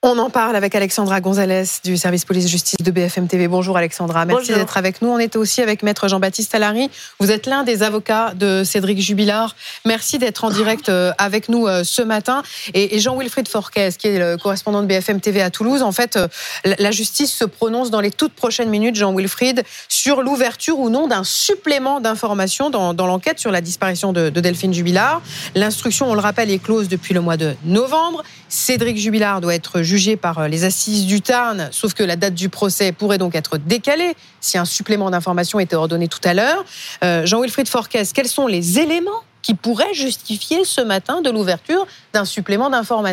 On en parle avec Alexandra Gonzalez du service police-justice de BFM TV. Bonjour Alexandra, merci d'être avec nous. On était aussi avec maître Jean-Baptiste Allary. Vous êtes l'un des avocats de Cédric Jubilard. Merci d'être en direct avec nous ce matin. Et Jean-Wilfried Forquez, qui est le correspondant de BFM TV à Toulouse, en fait, la justice se prononce dans les toutes prochaines minutes, Jean-Wilfried, sur l'ouverture ou non d'un supplément d'informations dans l'enquête sur la disparition de Delphine Jubilard. L'instruction, on le rappelle, est close depuis le mois de novembre. Cédric Jubilard doit être jugé par les assises du Tarn, sauf que la date du procès pourrait donc être décalée si un supplément d'information était ordonné tout à l'heure. Jean-Wilfried Forquez, quels sont les éléments qui pourraient justifier ce matin de l'ouverture d'un supplément d'information ?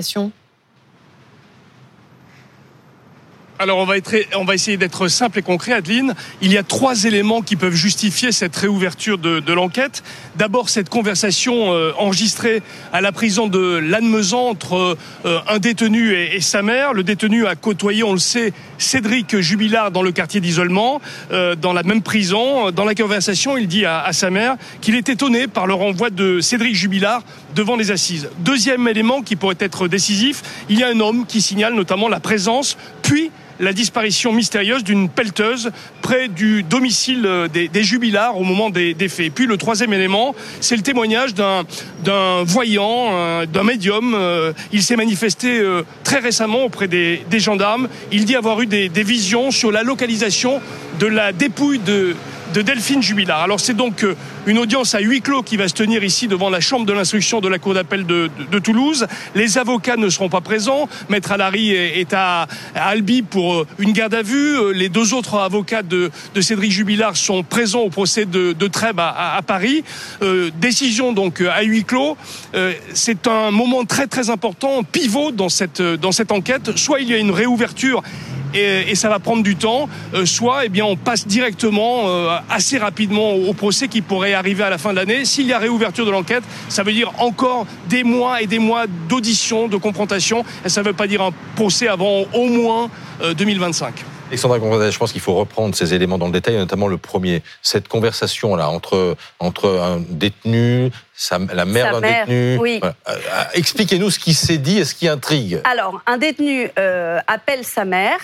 Alors on va essayer d'être simple et concret, Adeline. Il y a 3 éléments qui peuvent justifier cette réouverture de l'enquête. D'abord, cette conversation enregistrée à la prison de Lannemezan entre un détenu et sa mère. Le détenu a côtoyé, on le sait, Cédric Jubilard dans le quartier d'isolement, dans la même prison. Dans la conversation, il dit à sa mère qu'il est étonné par le renvoi de Cédric Jubilard devant les assises. Deuxième élément qui pourrait être décisif, il y a un homme qui signale notamment la présence, puis la disparition mystérieuse d'une pelleteuse près du domicile des Jubilard au moment des faits. Puis le troisième élément, c'est le témoignage d'un voyant, d'un médium. Il s'est manifesté très récemment auprès des gendarmes. Il dit avoir eu des visions sur la localisation de la dépouille de Delphine Jubilard. Alors c'est donc une audience à huis clos qui va se tenir ici devant la chambre de l'instruction de la cour d'appel de Toulouse. Les avocats ne seront pas présents. Maître Allary est à Albi pour une garde à vue. Les 2 autres avocats de Cédric Jubilard sont présents au procès de Trèbes à Paris. Décision donc à huis clos. C'est un moment très très important, pivot dans cette enquête. Soit il y a une réouverture et ça va prendre du temps, soit on passe directement assez rapidement au procès qui pourrait arriver à la fin de l'année. S'il y a réouverture de l'enquête, ça veut dire encore des mois et des mois d'audition, de confrontation, et ça ne veut pas dire un procès avant au moins 2025. Alexandra Gonzalez, je pense qu'il faut reprendre ces éléments dans le détail, notamment le premier. Cette conversation-là entre un détenu, la mère d'un détenu. Oui. Voilà. Expliquez-nous ce qui s'est dit et ce qui intrigue. Alors, un détenu appelle sa mère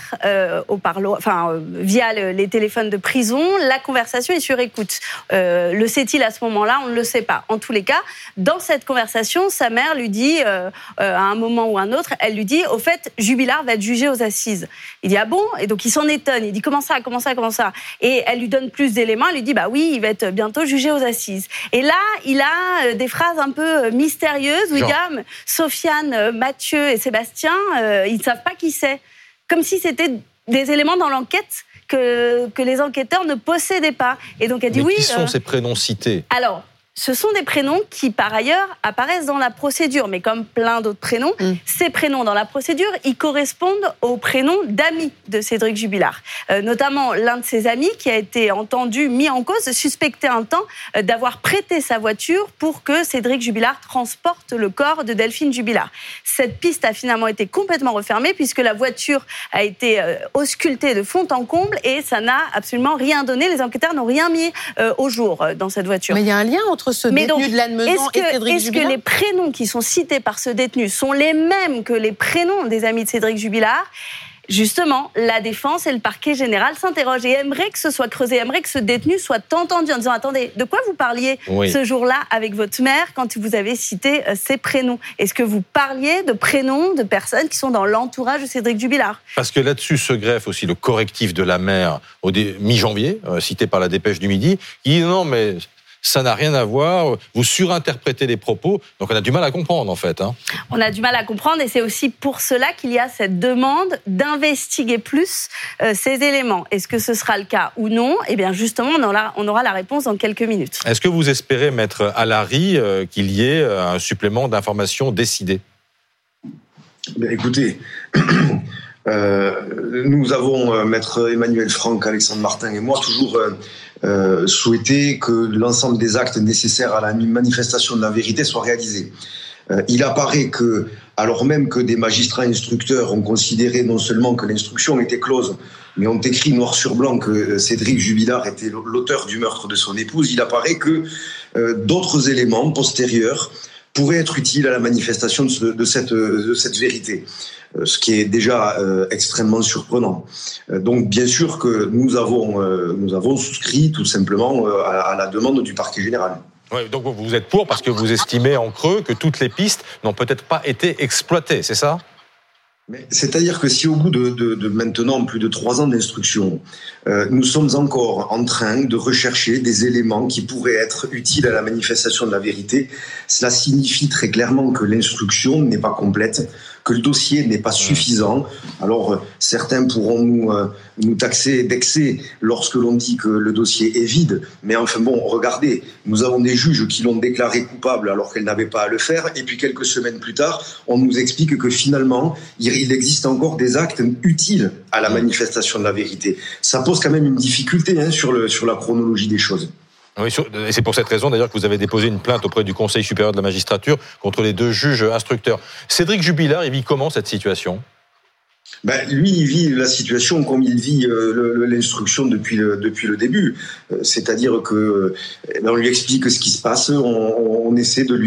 via les téléphones de prison. La conversation est sur écoute. Le sait-il à ce moment-là ? On ne le sait pas. En tous les cas, dans cette conversation, sa mère lui dit, à un moment ou un autre, elle lui dit, au fait, Jubilard va être jugé aux assises. Il dit, ah bon ? Et donc, il s'en étonne. Il dit, comment ça ? Et elle lui donne plus d'éléments. Elle lui dit, bah oui, il va être bientôt jugé aux assises. Et là, il a des phrases un peu mystérieuses où il y a Sofiane, Mathieu et Sébastien, ils ne savent pas qui c'est. Comme si c'était des éléments dans l'enquête que les enquêteurs ne possédaient pas. Et donc elle dit qui sont ces prénoms cités ? Alors, ce sont des prénoms qui, par ailleurs, apparaissent dans la procédure. Mais comme plein d'autres prénoms, ces prénoms dans la procédure, ils correspondent aux prénoms d'amis de Cédric Jubilard. Notamment l'un de ses amis qui a été entendu, mis en cause, suspecté un temps d'avoir prêté sa voiture pour que Cédric Jubilard transporte le corps de Delphine Jubilard. Cette piste a finalement été complètement refermée puisque la voiture a été auscultée de fond en comble et ça n'a absolument rien donné. Les enquêteurs n'ont rien mis au jour dans cette voiture. Mais il y a un lien entre ce détenu de Lannemezan et Cédric Jubilard ? Est-ce que les prénoms qui sont cités par ce détenu sont les mêmes que les prénoms des amis de Cédric Jubilard ? Justement, la défense et le parquet général s'interrogent et aimeraient que ce soit creusé, aimeraient que ce détenu soit entendu en disant « Attendez, de quoi vous parliez ce jour-là avec votre mère quand vous avez cité ces prénoms ? Est-ce que vous parliez de prénoms de personnes qui sont dans l'entourage de Cédric Jubilard ?» Parce que là-dessus se greffe aussi le correctif de la mère au mi-janvier, cité par la Dépêche du Midi, qui dit « Non, mais... ça n'a rien à voir, vous surinterprétez les propos, donc on a du mal à comprendre en fait. On a du mal à comprendre et c'est aussi pour cela qu'il y a cette demande d'investiguer plus ces éléments. Est-ce que ce sera le cas ou non ? Eh bien justement, on aura la réponse dans quelques minutes. Est-ce que vous espérez, Maître Allary, qu'il y ait un supplément d'informations décidé ? Écoutez, nous avons, Maître Emmanuel Franck, Alexandre Martin et moi, toujours souhaité que l'ensemble des actes nécessaires à la manifestation de la vérité soient réalisés. Il apparaît que, alors même que des magistrats instructeurs ont considéré non seulement que l'instruction était close, mais ont écrit noir sur blanc que Cédric Jubilard était l'auteur du meurtre de son épouse, il apparaît que d'autres éléments postérieurs pourrait être utile à la manifestation de cette vérité. Ce qui est déjà extrêmement surprenant. Donc bien sûr que nous avons souscrit tout simplement à la demande du parquet général. Oui, donc vous êtes pour parce que vous estimez en creux que toutes les pistes n'ont peut-être pas été exploitées, c'est ça ? Mais c'est-à-dire que si au bout de maintenant plus de 3 ans d'instruction, nous sommes encore en train de rechercher des éléments qui pourraient être utiles à la manifestation de la vérité, cela signifie très clairement que l'instruction n'est pas complète, que le dossier n'est pas suffisant. Alors certains pourront nous taxer d'excès lorsque l'on dit que le dossier est vide, mais enfin bon, regardez, nous avons des juges qui l'ont déclaré coupable alors qu'elle n'avait pas à le faire, et puis quelques semaines plus tard, on nous explique que finalement, il existe encore des actes utiles à la manifestation de la vérité. Ça pose quand même une difficulté sur la chronologie des choses. Oui, et c'est pour cette raison d'ailleurs que vous avez déposé une plainte auprès du Conseil supérieur de la magistrature contre les 2 juges instructeurs. Cédric Jubilard, il vit comment cette situation ? Lui, il vit la situation comme il vit l'instruction depuis le début. C'est-à-dire que on lui explique ce qui se passe, on essaie de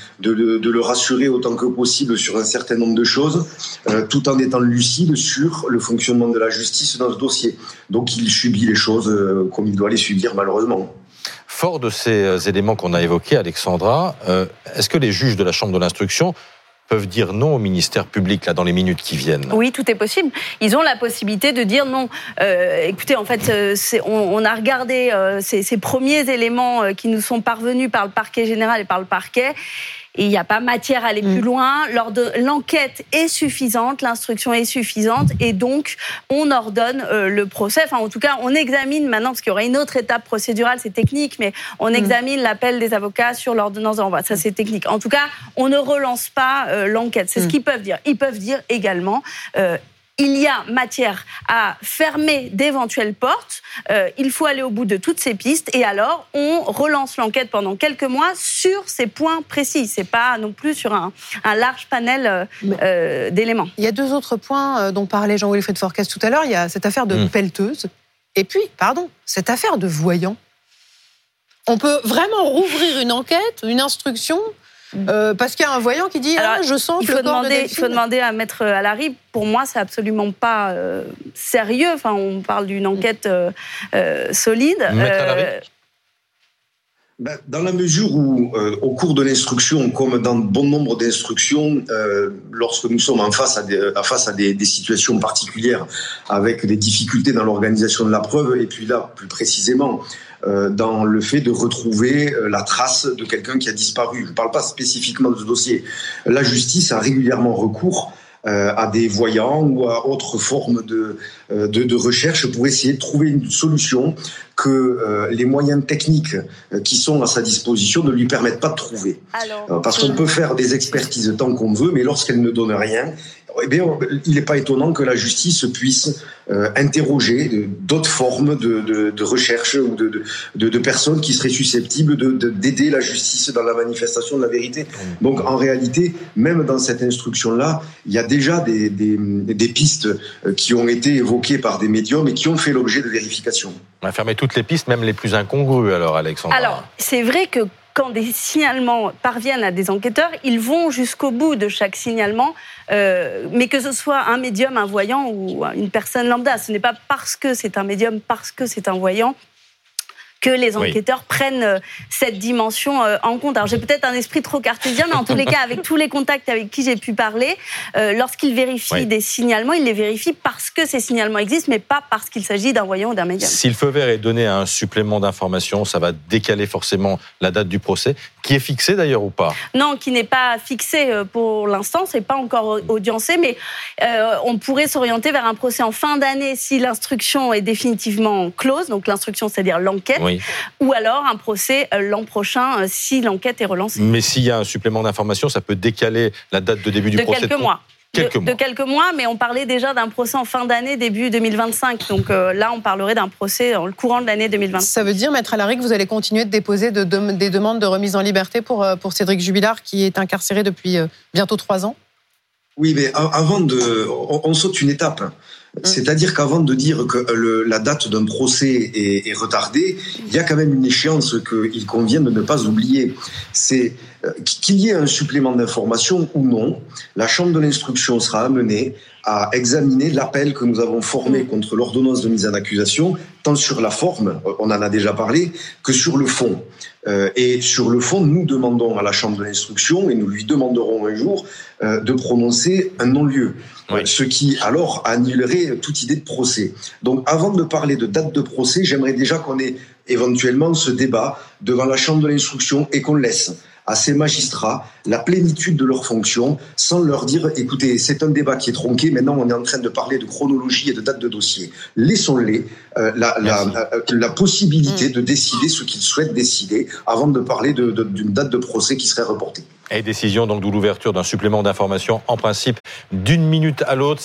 le rassurer autant que possible sur un certain nombre de choses, tout en étant lucide sur le fonctionnement de la justice dans ce dossier. Donc il subit les choses comme il doit les subir malheureusement. Fort de ces éléments qu'on a évoqués, Alexandra, est-ce que les juges de la Chambre de l'instruction peuvent dire non au ministère public là dans les minutes qui viennent ? Oui, tout est possible. Ils ont la possibilité de dire non. Écoutez, en fait, on a regardé ces premiers éléments qui nous sont parvenus par le parquet général et par le parquet. Et il n'y a pas matière à aller plus loin. L'enquête est suffisante, l'instruction est suffisante, et donc on ordonne le procès. Enfin, en tout cas, on examine maintenant, parce qu'il y aura une autre étape procédurale, c'est technique, mais on examine l'appel des avocats sur l'ordonnance d'envoi. Ça, c'est technique. En tout cas, on ne relance pas l'enquête. C'est ce qu'ils peuvent dire. Ils peuvent dire également... il y a matière à fermer d'éventuelles portes, il faut aller au bout de toutes ces pistes, et alors on relance l'enquête pendant quelques mois sur ces points précis. C'est pas non plus sur un large panel d'éléments. Il y a 2 autres points dont parlait Jean-Wilfried Forcas tout à l'heure. Il y a cette affaire de pelleteuse, et puis, cette affaire de voyant. On peut vraiment rouvrir une enquête, une instruction parce qu'il y a un voyant qui dit « je sens que le corps de Delphine... » Il faut demander à Maître Allary. Pour moi, c'est absolument pas sérieux. Enfin, on parle d'une enquête solide. Maître Allary. Dans la mesure où, au cours de l'instruction, comme dans bon nombre d'instructions, lorsque nous sommes face à des situations particulières, avec des difficultés dans l'organisation de la preuve, et puis là, plus précisément, dans le fait de retrouver la trace de quelqu'un qui a disparu. Je ne parle pas spécifiquement de ce dossier. La justice a régulièrement recours à des voyants ou à autres formes de recherche pour essayer de trouver une solution que les moyens techniques qui sont à sa disposition ne lui permettent pas de trouver. Parce qu'on peut faire des expertises tant qu'on veut, mais lorsqu'elles ne donnent rien, il n'est pas étonnant que la justice puisse interroger d'autres formes de recherche ou de personnes qui seraient susceptibles d'aider la justice dans la manifestation de la vérité. Donc en réalité, même dans cette instruction-là, il y a déjà des pistes qui ont été évoquées par des médiums et qui ont fait l'objet de vérification. On va fermer toutes les pistes, même les plus incongrues alors, Alexandra. Alors, c'est vrai que quand des signalements parviennent à des enquêteurs, ils vont jusqu'au bout de chaque signalement, mais que ce soit un médium, un voyant ou une personne lambda. Ce n'est pas parce que c'est un médium, parce que c'est un voyant, que les enquêteurs prennent cette dimension en compte. Alors j'ai peut-être un esprit trop cartésien, mais en tous les cas, avec tous les contacts avec qui j'ai pu parler, lorsqu'ils vérifient des signalements, ils les vérifient parce que ces signalements existent, mais pas parce qu'il s'agit d'un voyant ou d'un médium. Si le feu vert est donné à un supplément d'information, ça va décaler forcément la date du procès, qui est fixée d'ailleurs ou pas ? Non, qui n'est pas fixée pour l'instant, c'est pas encore audiencé, mais on pourrait s'orienter vers un procès en fin d'année si l'instruction est définitivement close, donc l'instruction, c'est-à-dire l'enquête. Ou alors un procès l'an prochain si l'enquête est relancée. Mais s'il y a un supplément d'information, ça peut décaler la date de début du procès de quelques mois. De quelques mois, mais on parlait déjà d'un procès en fin d'année, début 2025. Donc là, on parlerait d'un procès dans le courant de l'année 2025. Ça veut dire, Maître Allary, que vous allez continuer de déposer des demandes de remise en liberté pour Cédric Jubilard, qui est incarcéré depuis bientôt 3 ans ? Oui, mais avant on saute une étape. C'est-à-dire qu'avant de dire que la date d'un procès est retardée, il y a quand même une échéance qu'il convient de ne pas oublier. C'est qu'il y ait un supplément d'information ou non, la Chambre de l'instruction sera amenée à examiner l'appel que nous avons formé contre l'ordonnance de mise en accusation, tant sur la forme, on en a déjà parlé, que sur le fond. Et sur le fond, nous demandons à la Chambre de l'instruction, et nous lui demanderons un jour, de prononcer un non-lieu. Oui. Ce qui, alors, annulerait toute idée de procès. Donc, avant de parler de date de procès, j'aimerais déjà qu'on ait éventuellement ce débat devant la Chambre de l'instruction et qu'on laisse à ces magistrats la plénitude de leurs fonctions sans leur dire « Écoutez, c'est un débat qui est tronqué, maintenant on est en train de parler de chronologie et de date de dossier. » Laissons-les la possibilité de décider ce qu'ils souhaitent décider avant de parler d'une date de procès qui serait reportée. Et décision donc d'où l'ouverture d'un supplément d'information en principe d'1 minute à l'autre.